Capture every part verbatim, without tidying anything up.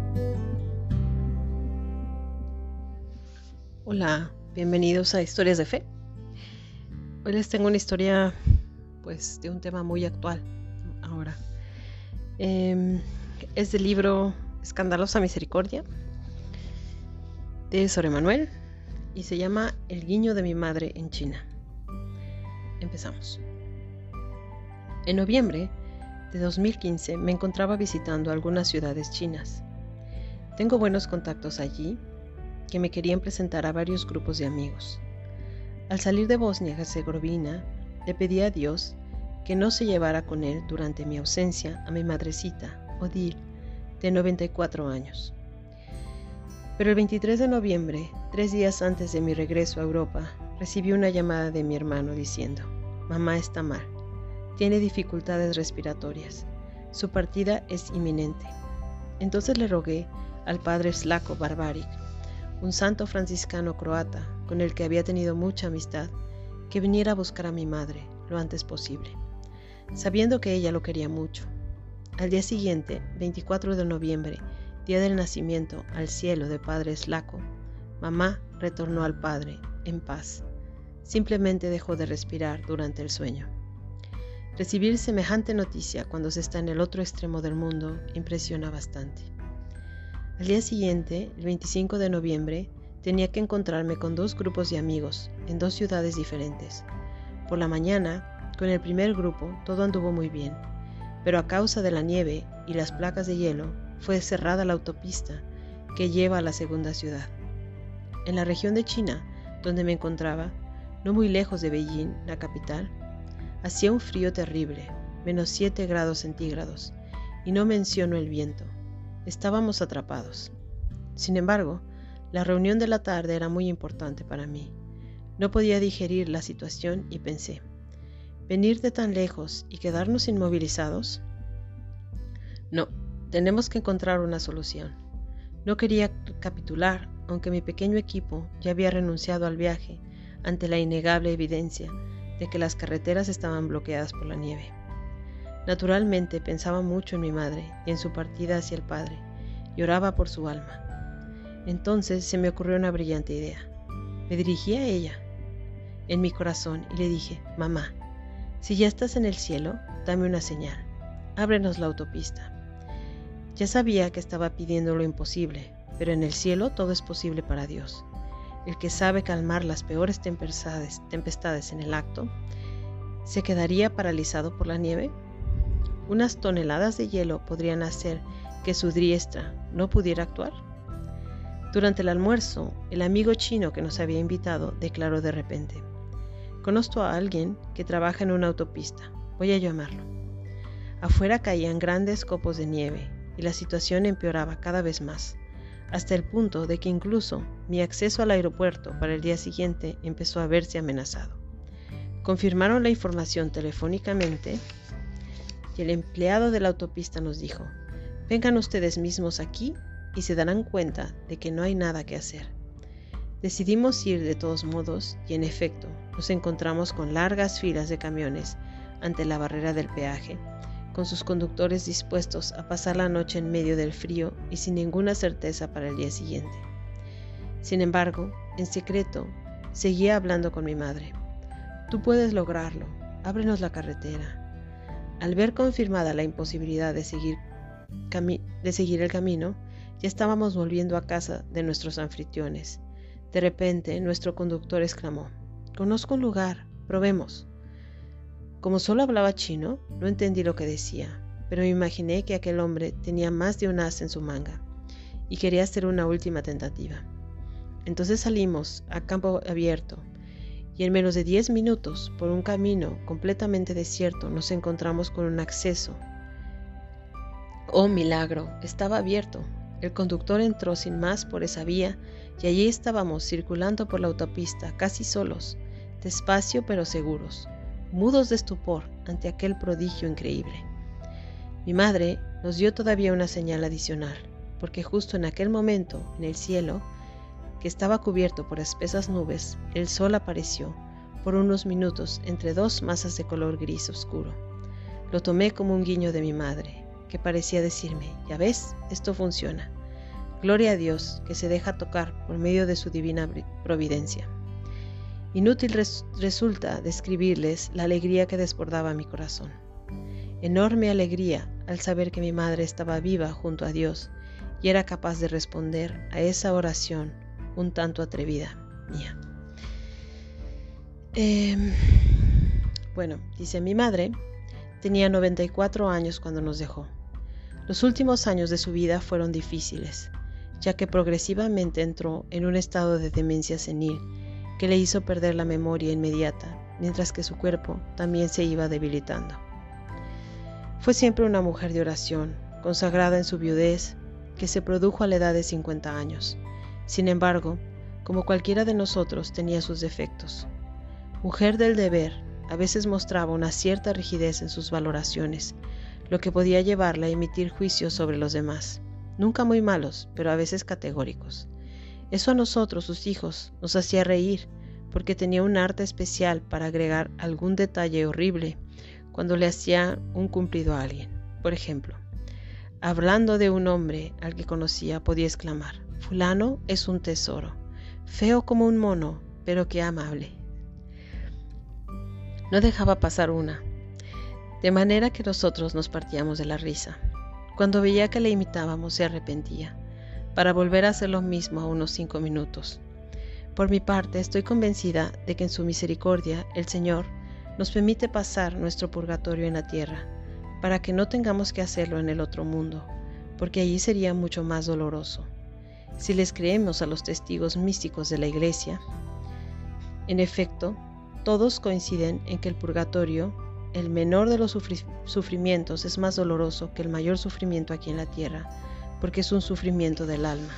Hola, bienvenidos a Historias de Fe. Hoy les tengo una historia pues de un tema muy actual ahora. Eh, es del libro Escandalosa Misericordia de Sor Emanuel y se llama El guiño de mi madre en China. Empezamos. En noviembre de dos mil quince me encontraba visitando algunas ciudades chinas. Tengo buenos contactos allí que me querían presentar a varios grupos de amigos. Al salir de Bosnia y Herzegovina, le pedí a Dios que no se llevara con él durante mi ausencia a mi madrecita, Odile, de noventa y cuatro años. Pero el veintitrés de noviembre, tres días antes de mi regreso a Europa, recibí una llamada de mi hermano diciendo: «Mamá está mal, tiene dificultades respiratorias, su partida es inminente». Entonces le rogué al padre Slavko Barbaric, un santo franciscano croata con el que había tenido mucha amistad, que viniera a buscar a mi madre lo antes posible, sabiendo que ella lo quería mucho. Al día siguiente, veinticuatro de noviembre, día del nacimiento al cielo de padre Slavko, mamá retornó al Padre en paz. Simplemente dejó de respirar durante el sueño. Recibir semejante noticia cuando se está en el otro extremo del mundo impresiona bastante. Al día siguiente, el veinticinco de noviembre, tenía que encontrarme con dos grupos de amigos en dos ciudades diferentes. Por la mañana, con el primer grupo, todo anduvo muy bien, pero a causa de la nieve y las placas de hielo, fue cerrada la autopista que lleva a la segunda ciudad. En la región de China, donde me encontraba, no muy lejos de Beijing, la capital, hacía un frío terrible, menos siete grados centígrados, y no menciono el viento. Estábamos atrapados. Sin embargo, la reunión de la tarde era muy importante para mí. No podía digerir la situación y pensé: ¿venir de tan lejos y quedarnos inmovilizados? No, tenemos que encontrar una solución. No quería capitular, aunque mi pequeño equipo ya había renunciado al viaje ante la innegable evidencia de que las carreteras estaban bloqueadas por la nieve. Naturalmente pensaba mucho en mi madre y en su partida hacia el Padre, y oraba por su alma. Entonces se me ocurrió una brillante idea. Me dirigí a ella, en mi corazón, y le dije: «Mamá, si ya estás en el cielo, dame una señal, ábrenos la autopista». Ya sabía que estaba pidiendo lo imposible, pero en el cielo todo es posible para Dios, el que sabe calmar las peores tempestades, tempestades en el acto. ¿Se quedaría paralizado por la nieve? ¿Unas toneladas de hielo podrían hacer que su diestra no pudiera actuar? Durante el almuerzo, el amigo chino que nos había invitado declaró de repente: «Conozco a alguien que trabaja en una autopista, voy a llamarlo». Afuera caían grandes copos de nieve y la situación empeoraba cada vez más, hasta el punto de que incluso mi acceso al aeropuerto para el día siguiente empezó a verse amenazado. Confirmaron la información telefónicamente y el empleado de la autopista nos dijo: «Vengan ustedes mismos aquí y se darán cuenta de que no hay nada que hacer». Decidimos ir de todos modos y en efecto nos encontramos con largas filas de camiones ante la barrera del peaje, con sus conductores dispuestos a pasar la noche en medio del frío y sin ninguna certeza para el día siguiente. Sin embargo, en secreto, seguía hablando con mi madre. «Tú puedes lograrlo, ábrenos la carretera». Al ver confirmada la imposibilidad de seguir, cami- de seguir el camino, ya estábamos volviendo a casa de nuestros anfitriones. De repente, nuestro conductor exclamó: «Conozco un lugar, probemos». Como solo hablaba chino, no entendí lo que decía, pero me imaginé que aquel hombre tenía más de un as en su manga y quería hacer una última tentativa. Entonces salimos a campo abierto y en menos de diez minutos, por un camino completamente desierto, nos encontramos con un acceso. ¡Oh, milagro! Estaba abierto. El conductor entró sin más por esa vía y allí estábamos circulando por la autopista, casi solos, despacio pero seguros, mudos de estupor ante aquel prodigio increíble. Mi madre nos dio todavía una señal adicional, porque justo en aquel momento, en el cielo, que estaba cubierto por espesas nubes, el sol apareció por unos minutos entre dos masas de color gris oscuro. Lo tomé como un guiño de mi madre, que parecía decirme: «Ya ves, esto funciona. Gloria a Dios que se deja tocar por medio de su divina providencia. Inútil res- resulta describirles la alegría que desbordaba mi corazón. Enorme alegría al saber que mi madre estaba viva junto a Dios y era capaz de responder a esa oración un tanto atrevida mía. Eh, bueno, dice, mi madre tenía noventa y cuatro años cuando nos dejó. Los últimos años de su vida fueron difíciles, ya que progresivamente entró en un estado de demencia senil que le hizo perder la memoria inmediata, mientras que su cuerpo también se iba debilitando. Fue siempre una mujer de oración, consagrada en su viudez, que se produjo a la edad de cincuenta años. Sin embargo, como cualquiera de nosotros, tenía sus defectos. Mujer del deber, a veces mostraba una cierta rigidez en sus valoraciones, lo que podía llevarla a emitir juicios sobre los demás, nunca muy malos, pero a veces categóricos. Eso a nosotros, sus hijos, nos hacía reír, porque tenía un arte especial para agregar algún detalle horrible cuando le hacía un cumplido a alguien. Por ejemplo, hablando de un hombre al que conocía, podía exclamar: fulano es un tesoro, feo como un mono, pero qué amable. No dejaba pasar una, de manera que nosotros nos partíamos de la risa. Cuando veía que le imitábamos, se arrepentía, para volver a hacer lo mismo a unos cinco minutos. Por mi parte, estoy convencida de que en su misericordia el Señor nos permite pasar nuestro purgatorio en la tierra, para que no tengamos que hacerlo en el otro mundo, porque allí sería mucho más doloroso. Si les creemos a los testigos místicos de la Iglesia, en efecto, todos coinciden en que el purgatorio, el menor de los sufri- sufrimientos, es más doloroso que el mayor sufrimiento aquí en la tierra, porque es un sufrimiento del alma.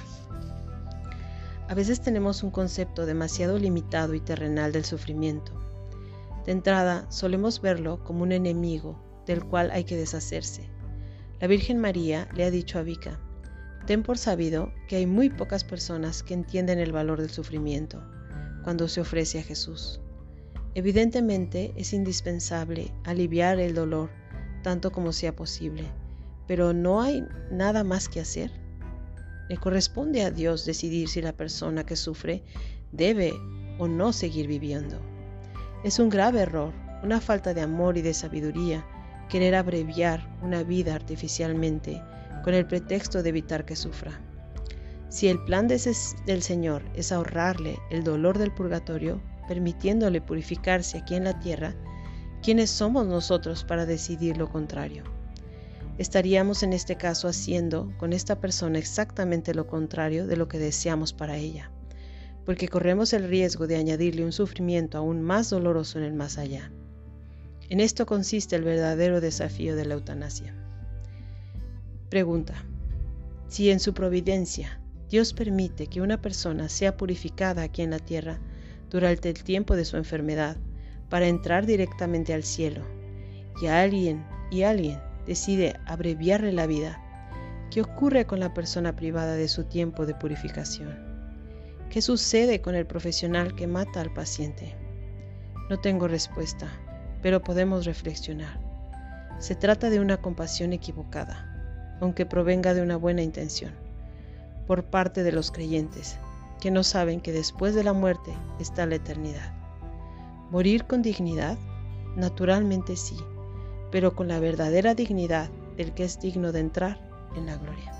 A veces tenemos un concepto demasiado limitado y terrenal del sufrimiento. De entrada, solemos verlo como un enemigo del cual hay que deshacerse. La Virgen María le ha dicho a Vika: ten por sabido que hay muy pocas personas que entienden el valor del sufrimiento cuando se ofrece a Jesús. Evidentemente es indispensable aliviar el dolor tanto como sea posible, pero ¿no hay nada más que hacer? Le corresponde a Dios decidir si la persona que sufre debe o no seguir viviendo. Es un grave error, una falta de amor y de sabiduría, querer abreviar una vida artificialmente con el pretexto de evitar que sufra. Si el plan de ese, del Señor es ahorrarle el dolor del purgatorio, permitiéndole purificarse aquí en la tierra, ¿quiénes somos nosotros para decidir lo contrario? Estaríamos en este caso haciendo con esta persona exactamente lo contrario de lo que deseamos para ella, porque corremos el riesgo de añadirle un sufrimiento aún más doloroso en el más allá. En esto consiste el verdadero desafío de la eutanasia. Pregunta: si en su providencia Dios permite que una persona sea purificada aquí en la tierra durante el tiempo de su enfermedad para entrar directamente al cielo, y alguien y alguien decide abreviarle la vida, ¿qué ocurre con la persona privada de su tiempo de purificación? ¿Qué sucede con el profesional que mata al paciente? No tengo respuesta, pero podemos reflexionar. Se trata de una compasión equivocada, aunque provenga de una buena intención, por parte de los creyentes, que no saben que después de la muerte está la eternidad. ¿Morir con dignidad? Naturalmente sí, pero con la verdadera dignidad del que es digno de entrar en la gloria.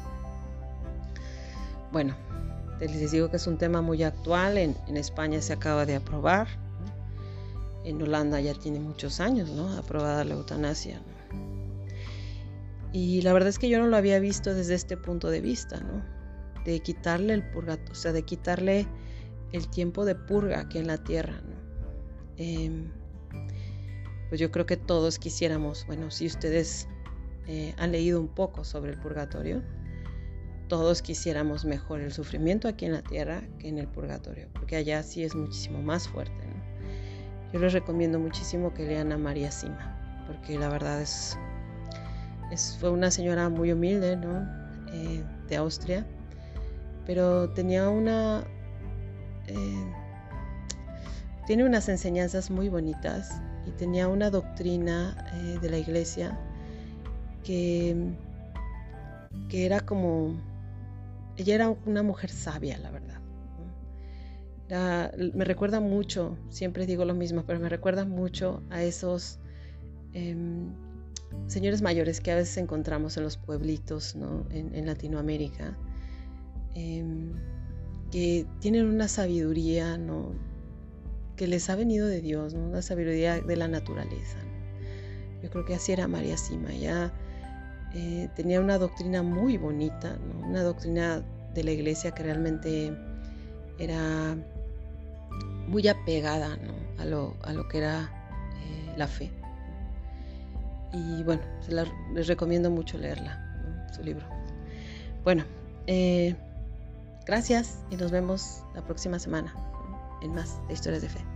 Bueno, les digo que es un tema muy actual. En, en España se acaba de aprobar, ¿no? En Holanda ya tiene muchos años, ¿no?, aprobada la eutanasia, ¿no? Y la verdad es que yo no lo había visto desde este punto de vista, ¿no?, de quitarle el purgatorio, o sea, de quitarle el tiempo de purga aquí en la tierra, ¿no? Eh, pues yo creo que todos quisiéramos, bueno, si ustedes eh, han leído un poco sobre el purgatorio, todos quisiéramos mejor el sufrimiento aquí en la tierra que en el purgatorio, porque allá sí es muchísimo más fuerte, ¿no? Yo les recomiendo muchísimo que lean a María Sima, porque la verdad es, es fue una señora muy humilde, ¿no?, eh, de Austria, pero tenía una eh, tiene unas enseñanzas muy bonitas y tenía una doctrina eh, de la iglesia que, que era como ella era una mujer sabia, la verdad. Era, me recuerda mucho, siempre digo lo mismo, pero me recuerda mucho a esos eh, señores mayores que a veces encontramos en los pueblitos, ¿no? en, en Latinoamérica, eh, que tienen una sabiduría, ¿no? que les ha venido de Dios, ¿no? Una sabiduría de la naturaleza, ¿no? Yo creo que así era María Sima. Ella eh, tenía una doctrina muy bonita, ¿no? Una doctrina de la iglesia que realmente era muy apegada, ¿no? a, lo, a lo que era eh, la fe. Y bueno, se la, les recomiendo mucho leerla, ¿no? Su libro. Bueno, eh, gracias y nos vemos la próxima semana, ¿no? en más de Historias de Fe.